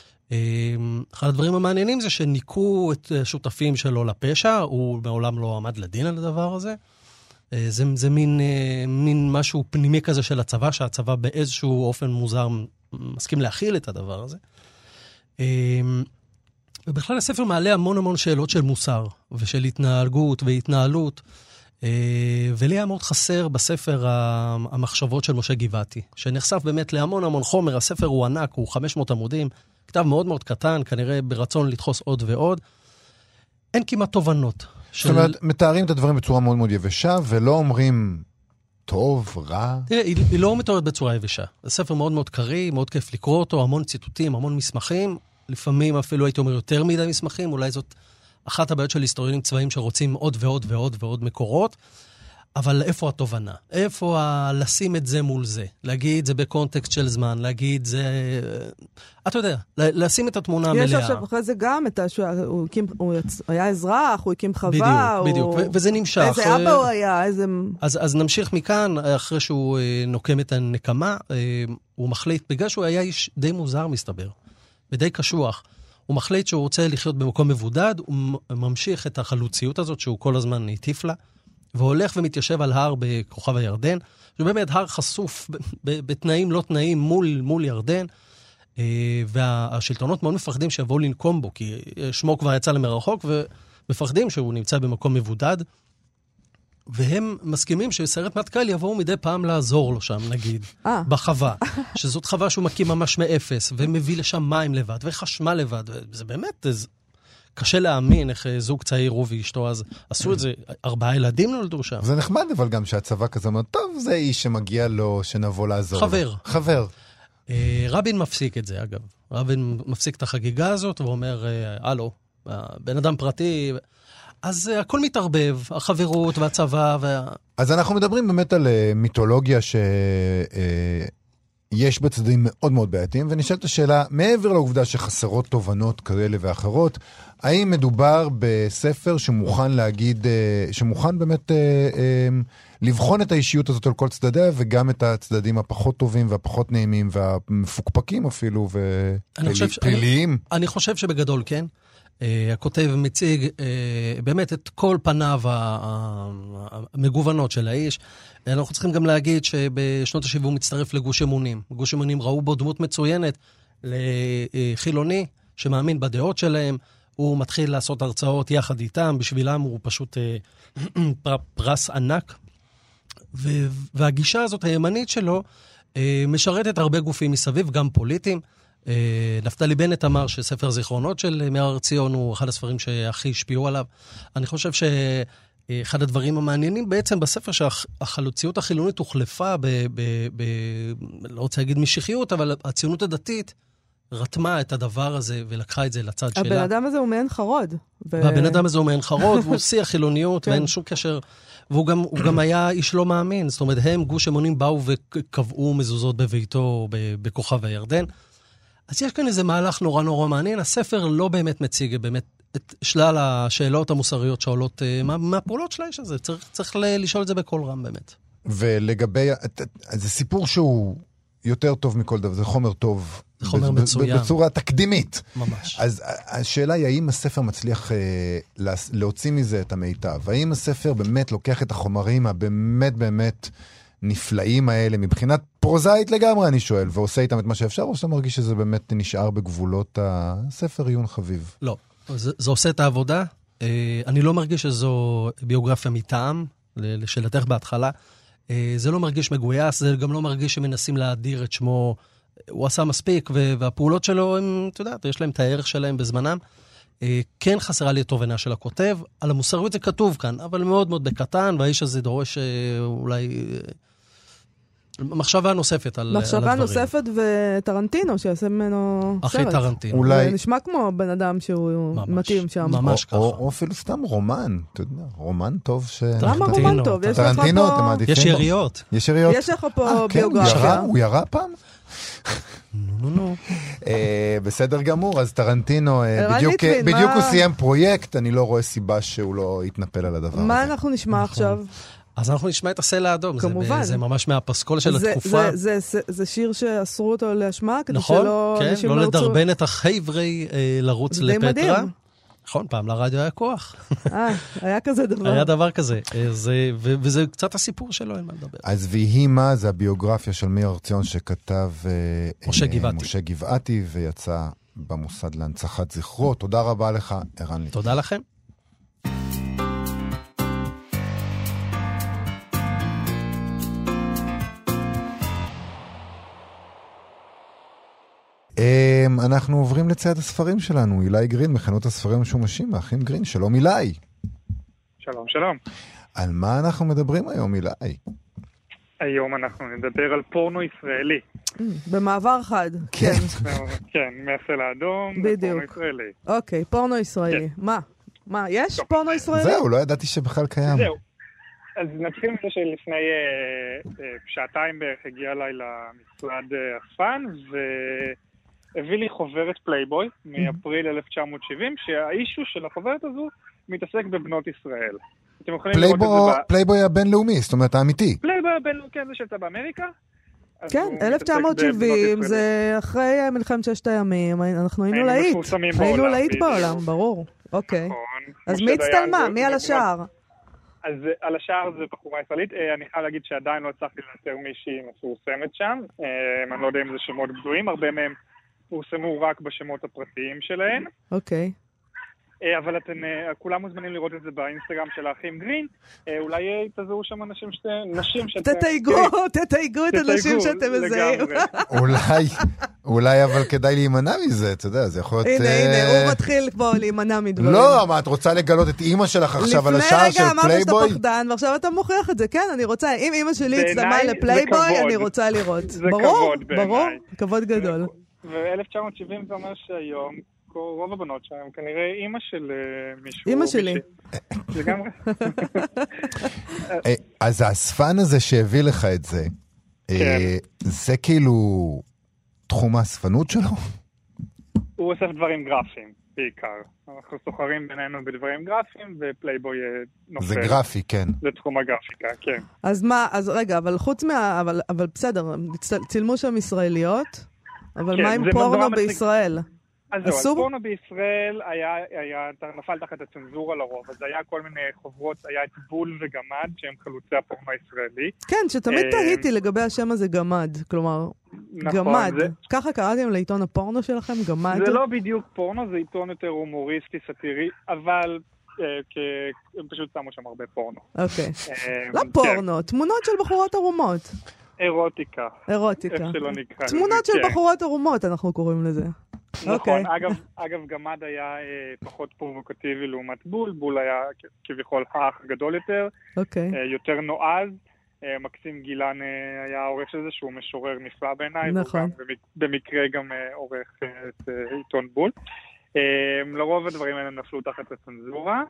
אחד הדברים המעניינים זה שניקו את השותפים שלו לפשע, הוא מעולם לא עמד לדין על הדבר הזה. זה, זה מין, מין משהו פנימי כזה של הצבא, שהצבא באיזשהו אופן מוזר מסכים להכיל את הדבר הזה. ובכלל הספר מעלה המון המון שאלות של מוסר, ושל התנהגות והתנהלות, ולי היה מאוד חסר בספר המחשבות של משה גבעתי, שנחשף באמת להמון המון חומר. הספר הוא ענק, הוא חמש מאות עמודים, כתב מאוד מאוד קטן, כנראה ברצון לדחוס עוד ועוד. אין כמעט תובנות. של... זאת אומרת, מתארים את הדברים בצורה מאוד מאוד יבשה, ולא אומרים טוב, רע. תראה, היא, היא לא מתוארת בצורה יבשה. זה ספר מאוד מאוד קרי, מאוד כיף לקרוא אותו, המון ציטוטים, המון מסמכים, לפעמים אפילו הייתי אומר יותר מדי מסמכים, אולי זאת אחת הבעיות של היסטוריונים צבאיים שרוצים עוד ועוד ועוד ועוד מקורות, אבל איפה התובנה? איפה ה... לשים את זה מול זה? להגיד זה בקונטקסט של זמן, להגיד זה... אתה יודע, לשים את התמונה המלאה. יש עכשיו אחרי זה גם את השוע... הוא, הקים... הוא יצ... היה אזרח, הוא הקים חווה. בדיוק, הוא... בדיוק, ו- וזה נמשך. איזה אבא הוא היה, איזה... אז, אז נמשיך מכאן, אחרי שהוא נוקם את הנקמה, הוא מחליט, בגלל שהוא היה איש די מוזר מסתבר, ודי קשוח, הוא מחליט שהוא רוצה לחיות במקום מבודד, הוא ממשיך את החלוציות הזאת שהוא כל הזמן הטיף לה, והולך ומתיישב על הר בכוכב הירדן, שהוא באמת הר חשוף בתנאים לא תנאים מול, מול ירדן, והשלטונות מאוד מפחדים שיבואו לנקום בו, כי שמו כבר יצא למרחוק, ומפחדים שהוא נמצא במקום מבודד, והם מסכימים שסיירת מטכ"ל יבואו מדי פעם לעזור לו שם, נגיד, בחווה, שזאת חווה שהוא מקים ממש מאפס, ומביא לשם מים לבד, וחשמל לבד, וזה באמת... קשה להאמין איך זוג צעיר הוא ואשתו, אז עשו את זה, ארבעה ילדים נולדו שם. זה נחמד, אבל גם שהצבא כזה אומר, טוב, זה איש שמגיע לו, שנבוא לעזור. חבר. חבר. רבין מפסיק את זה, אגב. רבין מפסיק את החגיגה הזאת, ואומר, הלו, בן אדם פרטי, אז הכל מתערבב, החברות והצבא. וה... אז אנחנו מדברים באמת על מיתולוגיה ש... יש בצדדים מאוד מאוד בעייתיים, ונשאלת השאלה, מעבר לעובדה שחסרות תובנות כאלה ואחרות, האם מדובר בספר שמוכן להגיד, שמוכן באמת לבחון את האישיות הזאת על כל צדדיה, וגם את הצדדים הפחות טובים והפחות נעימים, והמפוקפקים אפילו, ופליליים? אני חושב שבגדול כן. הכותב מציג באמת את כל פניו המגוונות של האיש. אנחנו צריכים גם להגיד שבשנות ה-שבעים הוא מצטרף לגוש אמונים. גוש אמונים ראו בו דמות מצוינת לחילוני שמאמין בדעות שלהם. הוא מתחיל לעשות הרצאות יחד איתם, בשבילם הוא פשוט פרס ענק. והגישה הזאת הימנית שלו משרתת הרבה גופים מסביב, גם פוליטיים. נפתלי בנט אמר שספר זיכרונות של מאיר הר ציון הוא אחד הספרים שהכי השפיעו עליו. אני חושב שאחד הדברים המעניינים בעצם בספר שהחלוציות החילונית הוחלפה ב... ב, ב לא רוצה להגיד משיחיות, אבל הציונות הדתית רתמה את הדבר הזה ולקחה את זה לצד שלה. הבן אדם הזה הוא מעין חרוד. והבן אדם הזה הוא מעין חרוד, והוא שיא החילוניות, ואין שום קשר... והוא גם, הוא גם היה איש לא מאמין. זאת אומרת, הם גוש אמונים באו וקבעו מזוזות בביתו בכוכב הירדן. אז יש כאן איזה מהלך נורא נורא מעניין. הספר לא באמת מציג באמת את שלל השאלות המוסריות שעולות מה, מהפעולות של האיש הזה. צריך, צריך לשאול את זה בכל רם באמת. ולגבי, זה סיפור שהוא יותר טוב מכל דבר, זה חומר טוב. זה חומר מצוין. בצורה תקדימית. ממש. אז השאלה היא, האם הספר מצליח להוציא מזה את המיטב? האם הספר באמת לוקח את החומרים הבאמת באמת נפלאים האלה, מבחינת פרוזאית לגמרי, אני שואל, ועושה איתם את מה שאפשר, או שאתה מרגיש שזה באמת נשאר בגבולות הספר עיון חביב? לא, זה, זה עושה את העבודה. אני לא מרגיש שזו ביוגרפיה מטעם, לשאלתך בהתחלה. זה לא מרגיש מגויס, זה גם לא מרגיש שמנסים להדיר את שמו. הוא עשה מספיק, והפעולות שלו, הם, אתה יודע, יש להם את הערך שלהם בזמנם. כן חסרה לי התובנה של הכותב. על המוסריות זה כתוב כאן, אבל מאוד מאוד בקטן, והאיש הזה דורש אולי מחשבה נוספת על, מחשבה על הדברים. מחשבה נוספת וטרנטינו, שיעשה ממנו אחי סרט. טרנטינו. אולי... זה נשמע כמו בן אדם שהוא ממש, מתאים שם. ממש או, ככה. או, או אפילו סתם רומן, אתה יודע, רומן טוב ש... למה רומן טוב? יש לך טרנטינו, אתם פה... מעדיפים? יש יריות. יש יריות? יש לך פה אה, כן, ביוגרפיה. הוא ירה, הוא ירה פעם? נו, נו, נו. בסדר גמור, אז טרנטינו, בדיוק הוא סיים פרויקט, אני לא רואה סיבה שהוא לא יתנפל על הדבר הזה. מה אנחנו נשמע עכשיו? אז אנחנו נשמע את הסלע האדום. כמובן. זה ממש מהפסקול של זה, התקופה. זה, זה, זה שיר שאסרו אותו להשמע, כדי נכון, שלא... כן, אנשים לא לא לדרבן את החברי אה, לרוץ זה די לפטרה. מדהים. נכון, פעם לרדיו היה כוח. אה, היה כזה דבר. היה דבר כזה. זה, ו- וזה קצת הסיפור שלו, אין מה לדבר. אז ויהי מה, זה הביוגרפיה של מאיר הר ציון שכתב משה גבעתי. משה גבעתי, ויצא במוסד להנצחת זכרו. תודה רבה לך, ערן ליטמן. תודה לכם. אנחנו עוברים לצד הספרים שלנו. אילי גרין, מחנות הספרים המשומשים, האחים גרין. שלום אילי. שלום, שלום. על מה אנחנו מדברים היום, אילי? היום אנחנו נדבר על פורנו ישראלי. במעבר חד. כן. כן, מהסלע האדום, פורנו ישראלי. אוקיי, פורנו ישראלי. מה? מה, יש פורנו ישראלי? זהו, לא ידעתי שבכלל קיים. זהו. אז נתחיל מזה שלפני שעתיים בערך הגיע אליי למשרד אספן, והביא לי חוברת פלייבוי מאפריל אלף תשע מאות שבעים, שהאישו של החוברת הזו מתעסק בבנות ישראל. פלייבוי הבינלאומי, זאת אומרת האמיתי. פלייבוי הבינלאומי, כן, זה שיצא באמריקה. כן, אלף תשע מאות שבעים, זה אחרי מלחמת ששת הימים, אנחנו היינו להיט. היינו להיט בעולם, ברור. אוקיי. אז מי הצטלמה? מי על השער? אז על השער זה בחורה ישראלית. אני חייב להגיד שעדיין לא הצלחתי לנצר מישהי מפורסמת שם. אני לא יודע אם זה שמות גדולים, הרבה מהם פורסמו רק בשמות הפרטיים שלהם. אוקיי. אבל אתם כולם מוזמנים לראות את זה באינסטגרם של האחים גרין. אולי תזהו שם אנשים נשים שאתם... תתייגו, תתייגו את הנשים שאתם מזהים. אולי, אולי אבל כדאי להימנע מזה, אתה יודע, זה יכול להיות... הנה, הנה, הוא מתחיל כבר להימנע מדברים. לא, מה, את רוצה לגלות את אימא שלך עכשיו על השער של פלייבוי? לפני רגע אמרת שאתה פחדן, ועכשיו אתה מוכיח את זה, כן, אני רוצה, אם אימא שלי הצטלמה לפלייבוי, אני רוצה לראות. ברור, ברור, כבוד גדול. ו-אלף תשע מאות שבעים זה אומר שהיום רוב הבנות שם, כנראה אימא של מישהו. אימא שלי. לגמרי. אז האספן הזה שהביא לך את זה, זה כאילו תחום האספנות שלו? הוא אוסף דברים גרפיים, בעיקר. אנחנו סוחרים בינינו בדברים גרפיים, ופלייבוי נופל. זה גרפי, כן. זה תחום הגרפיקה, כן. אז מה, אז רגע, אבל חוץ מה, אבל בסדר, צילמו שם ישראליות, אבל מה עם פורנו בישראל? אז זהו, אז פורנו בישראל היה, היה, נפל תחת הצנזורה לרוב, אז היה כל מיני חוברות, היה את בול וגמד, שהם חלוצי הפורנו הישראלי. כן, שתמיד תהיתי לגבי השם הזה גמד, כלומר, גמד. ככה קראתם לעיתון הפורנו שלכם, גמד? זה לא בדיוק פורנו, זה עיתון יותר הומוריסטי, סאטירי, אבל הם פשוט שמו שם הרבה פורנו. אוקיי. לא פורנו, תמונות של בחורות ערומות. אירוטיקה. אירוטיקה. איך שלא נקרא. תמונות של בחורות ערומות, אנחנו קוראים לזה. נכון, אגב, אגב, גמד היה פחות פרובוקטיבי לעומת בול, בול היה כביכול האח הגדול יותר, יותר נועז, מקסים גילן היה העורך של זה, שהוא משורר נפלא בעיניי, והוא במקרה גם עורך את עיתון בול. לרוב הדברים האלה נפלו תחת הצנזורה,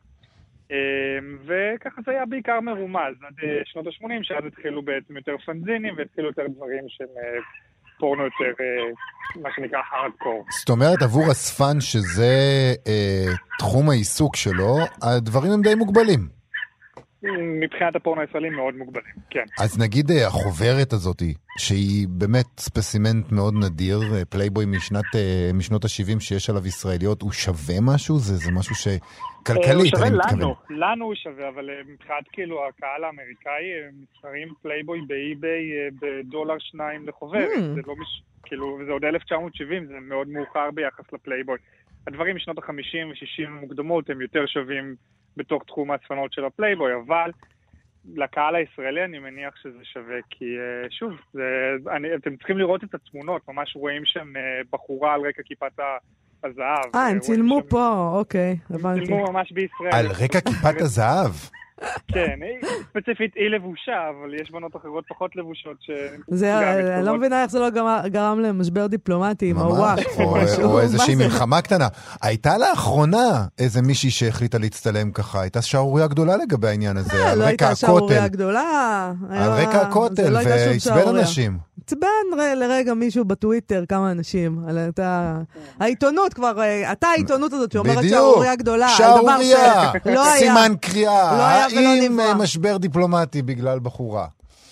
וככה זה היה בעיקר מרומז, עד שנות ה-שמונים, שאז התחילו בעצם יותר פנזינים, והתחילו יותר דברים של פורנו יותר, מה שנקרא הארדקור. זאת אומרת, עבור אספן שזה אה, תחום העיסוק שלו, הדברים הם די מוגבלים. מבחינת הפורנו הישראלי מאוד מוגבלים, כן. אז נגיד החוברת הזאת, שהיא באמת ספסימנט מאוד נדיר, פלייבוי משנת, משנות ה-שבעים שיש עליו ישראליות, הוא שווה משהו? זה, זה משהו שכלכלית, אני מתכוון. לנו, לנו הוא שווה, אבל מבחינת כאילו הקהל האמריקאי, מסחרים פלייבוי באי-ביי בדולר שניים לחוברת. זה לא מש... כאילו, זה עוד אלף תשע מאות שבעים, זה מאוד מאוחר ביחס לפלייבוי. הדברים משנות ה-חמישים ו-שישים המוקדמות הם יותר שווים בתוך תחום האספנות של הפלייבוי, אבל לקהל הישראלי אני מניח שזה שווה, כי שוב, זה, אני, אתם צריכים לראות את התמונות, ממש רואים שם בחורה על רקע כיפת הזהב. אה, הם צילמו שם... פה, אוקיי, הבנתי. צילמו ממש בישראל. על רקע כיפת הזהב? כן, ספציפית היא לבושה, אבל יש בנות אחרות פחות לבושות ש... זה, אני לא מבינה איך זה לא גרם למשבר דיפלומטי עם הוואק. או איזושהי מלחמה קטנה. הייתה לאחרונה איזה מישהי שהחליטה להצטלם ככה, הייתה שערוריה גדולה לגבי העניין הזה, על רקע הכותל. לא הייתה שערוריה גדולה. על רקע הכותל, והצבן אנשים. צבן לרגע מישהו בטוויטר, כמה אנשים. העיתונות כבר, אתה העיתונות הזאת שאומרת שערוריה גדולה. שערוריה, סימן קריאה. עם משבר דיפלומטי בגלל בחורה.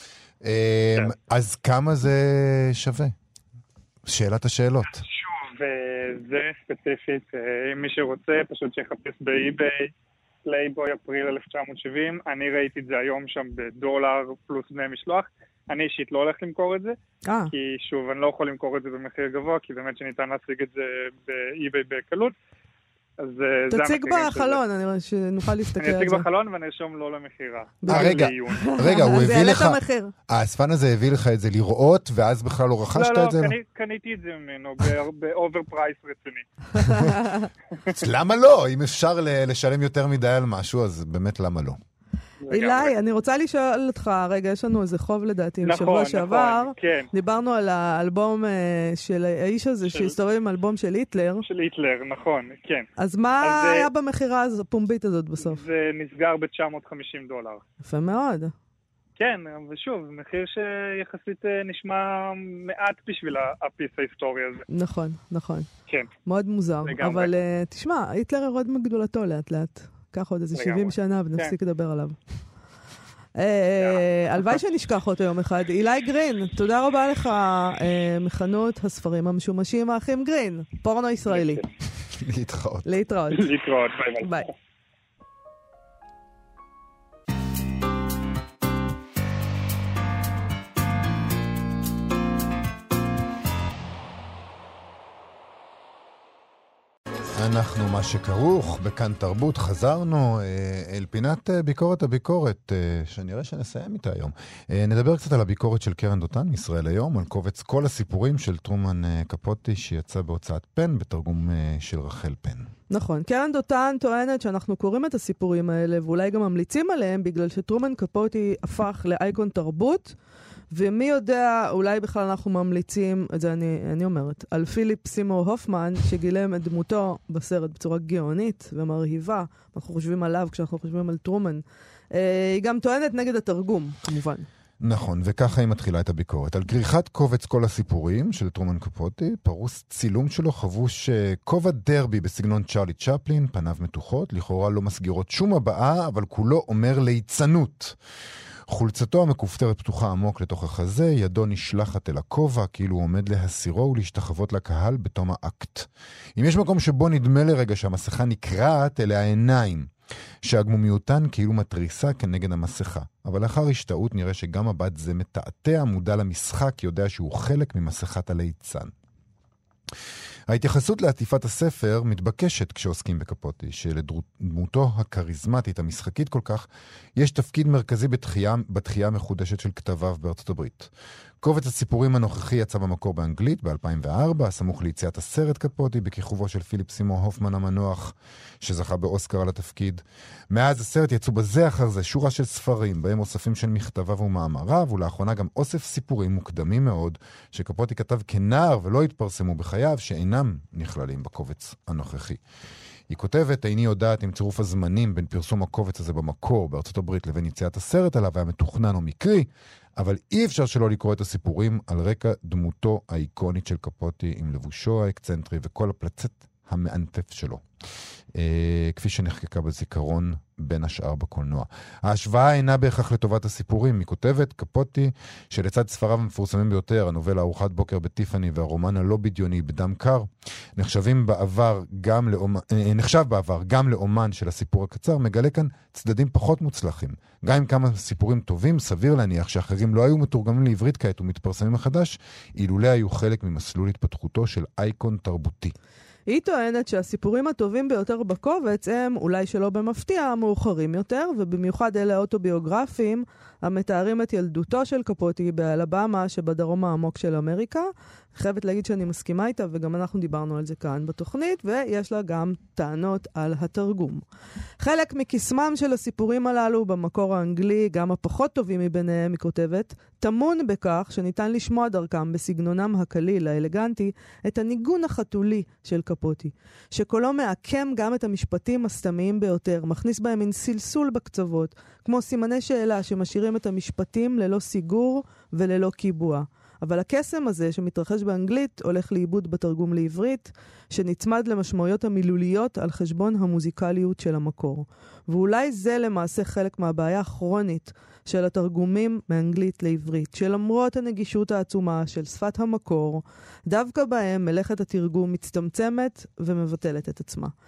אז כמה זה שווה? שאלת השאלות. שוב, זה ספציפית, אם מי שרוצה, פשוט שיחפש באי-ביי, פלייבוי אפריל אלף תשע מאות שבעים, אני ראיתי את זה היום שם בדולר פלוס דמי משלוח, אני אישית לא הולך למכור את זה, כי שוב, אני לא יכול למכור את זה במחיר גבוה, כי באמת שניתן להשיג את זה באי-ביי בקלות, אז זה תציג בחלון, אני רואה שנוכל להסתכל על זה. אני אציג בחלון ונרשום לא למחירה. רגע, רגע, הוא הביא לך... זה יעלה את המחיר. האספן הזה הביא לך את זה לראות, ואז בכלל לא רכשת את זה? לא, לא, קניתי את זה ממנו, באובר פרייס רציני. למה לא? אם אפשר לשלם יותר מדי על משהו, אז באמת למה לא? אילי, אני רוצה לשאול אותך, רגע, יש לנו איזה חוב לדעתי, בשבוע שעבר, דיברנו על האלבום של האיש הזה, שהסתובב עם אלבום של היטלר. של היטלר, נכון, כן. אז מה היה במחירה הפומבית הזאת בסוף? זה נסגר ב-תשע מאות וחמישים דולר. יפה מאוד. כן, ושוב, מחיר שיחסית נשמע מעט בשביל הפיס ההיסטורי הזה. נכון, נכון. כן. מאוד מוזר. אבל תשמע, היטלר ירד מגדולתו לאט לאט. ככה עוד איזה שבעים שנה ונפסיק לדבר עליו. הלוואי שנשכח אותו יום אחד. אילי גרין, תודה רבה לך, מחנות הספרים המשומשים האחים גרין, פורנו ישראלי. להתראות. להתראות. להתראות, ביי ביי. אנחנו מה שכרוך, בכאן תרבות, חזרנו אל פינת ביקורת הביקורת, שנראה שנסיים איתה היום. נדבר קצת על הביקורת של קרן דותן, מישראל היום, על קובץ כל הסיפורים של טרומן קפוטי, שיצא בהוצאת פן, בתרגום של רחל פן. נכון, קרן דותן טוענת שאנחנו קוראים את הסיפורים האלה, ואולי גם ממליצים עליהם, בגלל שטרומן קפוטי הפך לאייקון תרבות, ומי יודע, אולי בכלל אנחנו ממליצים, את זה אני, אני אומרת, על פיליפ סימור הופמן, שגילם את דמותו בסרט בצורה גאונית ומרהיבה. אנחנו חושבים עליו כשאנחנו חושבים על טרומן. אה, היא גם טוענת נגד התרגום, כמובן. נכון, וככה היא מתחילה את הביקורת. על כריכת קובץ כל הסיפורים של טרומן קפוטי, פרוס צילום שלו חבוש כובע דרבי בסגנון צ'רלי צ'פלין, פניו מתוחות, לכאורה לא מסגירות שום הבעה, אבל כולו אומר ליצנות. חולצתו המכופתרת פתוחה עמוק לתוך החזה, ידו נשלחת אל הכובע, כאילו הוא עומד להסירו ולהשתחוות לקהל בתום האקט. אם יש מקום שבו נדמה לרגע שהמסכה נקרעת, אלה העיניים, שהגמומיותן כאילו מטריסה כנגד המסכה. אבל לאחר השתאות נראה שגם הבת זה מתעתע, מודע למשחק, יודע שהוא חלק ממסכת הליצן. ההתייחסות לעטיפת הספר מתבקשת כשעוסקים בקפוטי, שלדמותו הקריזמטית, המשחקית כל כך, יש תפקיד מרכזי בתחייה, בתחייה המחודשת של כתביו בארצות הברית. קובץ הסיפורים הנוכחי יצא במקור באנגלית ב-אלפיים וארבע, סמוך ליציאת הסרט קפוטי, בכיכובו של פיליפ סימור הופמן המנוח, שזכה באוסקר על התפקיד. מאז הסרט יצאו בזה אחר זה שורה של ספרים, בהם אוספים של מכתביו ומאמריו, ולאחרונה גם אוסף סיפורים מוקדמים מאוד, שקפוטי כתב כנער ולא התפרסמו בחייו, שאינם נכללים בקובץ הנוכחי. היא כותבת, איני יודעת אם צירוף הזמנים בין פרסום הקובץ הזה במקור בארצות הברית לבין יציאת הסרט עליו היה מתוכנן או מקרי, אבל אי אפשר שלא לקרוא את הסיפורים על רקע דמותו האיקונית של קפוטי עם לבושו האקצנטרי וכל הפלצת המענפף שלו. אה, כפי שנחקקה בזיכרון בין השאר בקולנוע. ההשוואה אינה בהכרח לטובת הסיפורים. היא כותבת, קפוטי, שלצד ספריו המפורסמים ביותר, הנובלה ארוחת בוקר בטיפני והרומן הלא בדיוני בדם קר, נחשבים בעבר גם לאומן, נחשב בעבר גם לאומן של הסיפור הקצר, מגלה כאן צדדים פחות מוצלחים. גם עם כמה סיפורים טובים, סביר להניח שאחרים לא היו מתורגמים לעברית כעת ומתפרסמים מחדש, אילולא היו חלק ממסלול התפתחותו של אייקון תרבותי. היא טוענת שהסיפורים הטובים ביותר בקובץ הם, אולי שלא במפתיע, מאוחרים יותר, ובמיוחד אלה האוטוביוגרפיים המתארים את ילדותו של קפוטי באלבמה שבדרום העמוק של אמריקה. חייבת להגיד שאני מסכימה איתה, וגם אנחנו דיברנו על זה כאן בתוכנית, ויש לה גם טענות על התרגום. חלק מקסמם של הסיפורים הללו במקור האנגלי, גם הפחות טובים מביניהם, היא כותבת, תמון בכך שניתן לשמוע דרכם בסגנונם הקליל, האלגנטי, את הניגון החתולי של קפוטי, שקולו מעקם גם את המשפטים הסתמיים ביותר, מכניס בהם מין סלסול בקצוות, כמו סימני שאלה שמשאירים את המשפטים ללא סיגור וללא קיבוע. אבל הקסם הזה שמתרחש באנגלית הולך לאיבוד בתרגום לעברית, שנצמד למשמעויות המילוליות על חשבון המוזיקליות של המקור. ואולי זה למעשה חלק מהבעיה הכרונית של התרגומים מאנגלית לעברית, שלמרות הנגישות העצומה של שפת המקור, דווקא בהם מלאכת התרגום מצטמצמת ומבטלת את עצמה.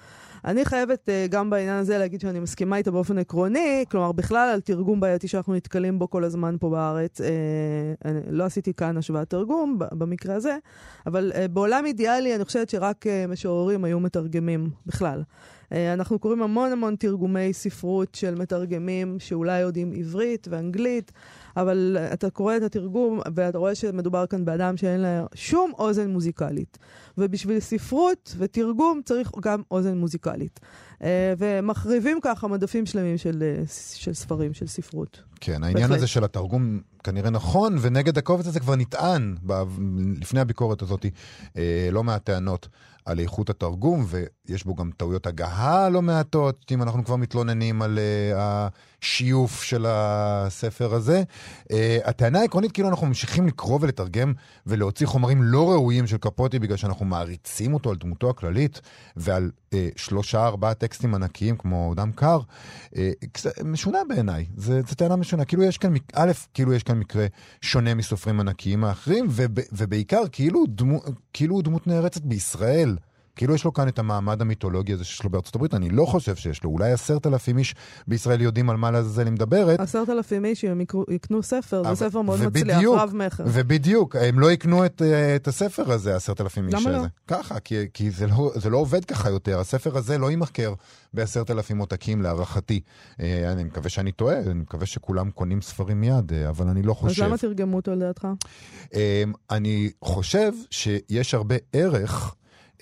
אני חייבת גם בעניין הזה להגיד שאני מסכימה איתה באופן עקרוני, כלומר בכלל על תרגום בעייתי שאנחנו נתקלים בו כל הזמן פה בארץ. לא עשיתי כאן השוואת תרגום במקרה הזה, אבל בעולם אידיאלי אני חושבת שרק משוררים היו מתרגמים בכלל. אנחנו קוראים המון המון תרגומי ספרות של מתרגמים שאולי יודעים עברית ואנגלית, אבל אתה קורא את התרגום ואתה רואה שמדובר כאן באדם שאין לה שום אוזן מוזיקלית. ובשביל ספרות ותרגום צריך גם אוזן מוזיקלית. ומחריבים ככה מדפים שלמים של, של ספרים, של ספרות. כן, העניין בהחלט. הזה של התרגום כנראה נכון, ונגד הקובץ הזה כבר נטען, לפני הביקורת הזאת, לא מעט טענות על איכות התרגום, ויש בו גם טעויות הגהה לא מעטות, אם אנחנו כבר מתלוננים על uh, השיוף של הספר הזה. Uh, הטענה העקרונית, כאילו אנחנו ממשיכים לקרוא ולתרגם ולהוציא חומרים לא ראויים של קפוטי, בגלל שאנחנו מעריצים אותו על דמותו הכללית, ועל uh, שלושה, ארבעה טקסטים ענקיים כמו דם קר, uh, משונה בעיניי. זה, זה טענה משונה. כאילו יש כאן, א', כאילו יש כאן מקרה שונה מסופרים ענקיים האחרים, וב, ובעיקר כאילו, דמו, כאילו דמות נערצת בישראל, כאילו יש לו כאן את המעמד המיתולוגי הזה שיש לו בארצות הברית, אני לא חושב שיש לו. אולי עשרת אלפים איש בישראל יודעים על מה לזה מדברת. עשרת אלפים איש יקנו ספר, זה ספר מאוד מצליח, רב מחר. ובדיוק, הם לא יקנו את, את הספר הזה, עשרת אלפים איש הזה. למה לא? ככה, כי, כי זה, לא, זה לא עובד ככה יותר. הספר הזה לא יימכר בעשרת אלפים עותקים להערכתי. אני מקווה שאני טועה, אני מקווה שכולם קונים ספרים מיד, אבל אני לא חושב. אז למה תרגמו אותו לדעתך? אני חושב שיש הרבה ערך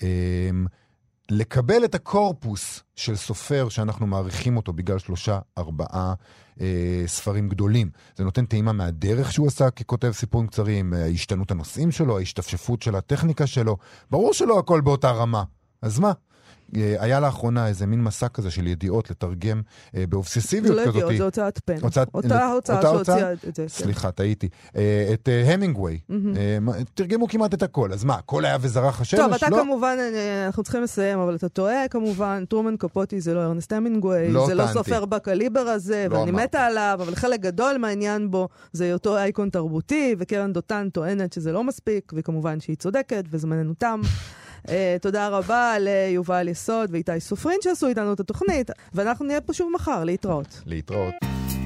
לקבל את הקורפוס של סופר שאנחנו מעריכים אותו בגלל שלושה, ארבעה אה, ספרים גדולים. זה נותן טעימה מהדרך שהוא עשה ככותב סיפורים קצרים, ההשתנות הנושאים שלו, ההשתפשפות של הטכניקה שלו. ברור שלא הכל באותה רמה. אז מה? היה לאחרונה איזה מין מסע כזה של ידיעות לתרגם באובססיביות כזאת. זה לא ידיעות, זה הוצאת פן. אותה הוצאה שהוציאה את זה. סליחה, טעיתי. את המינגווי. תרגמו כמעט את הכל. אז מה, הכל היה וזרח השמש? טוב, אתה כמובן, אנחנו צריכים לסיים, אבל אתה טועה כמובן. טרומן קפוטי זה לא ארנסט המינגווי, זה לא סופר בקליבר הזה, ואני מתה עליו, אבל חלק גדול מהעניין בו זה אותו אייקון תרבותי, וקרן דותן טוענת שזה לא מספיק, וכמובן שהיא צודקת, וזמננו תם. Uh, תודה רבה ליובל יסוד ואיתי סופרין שעשו איתנו את התוכנית, ואנחנו נהיה פה שוב מחר, להתראות. להתראות.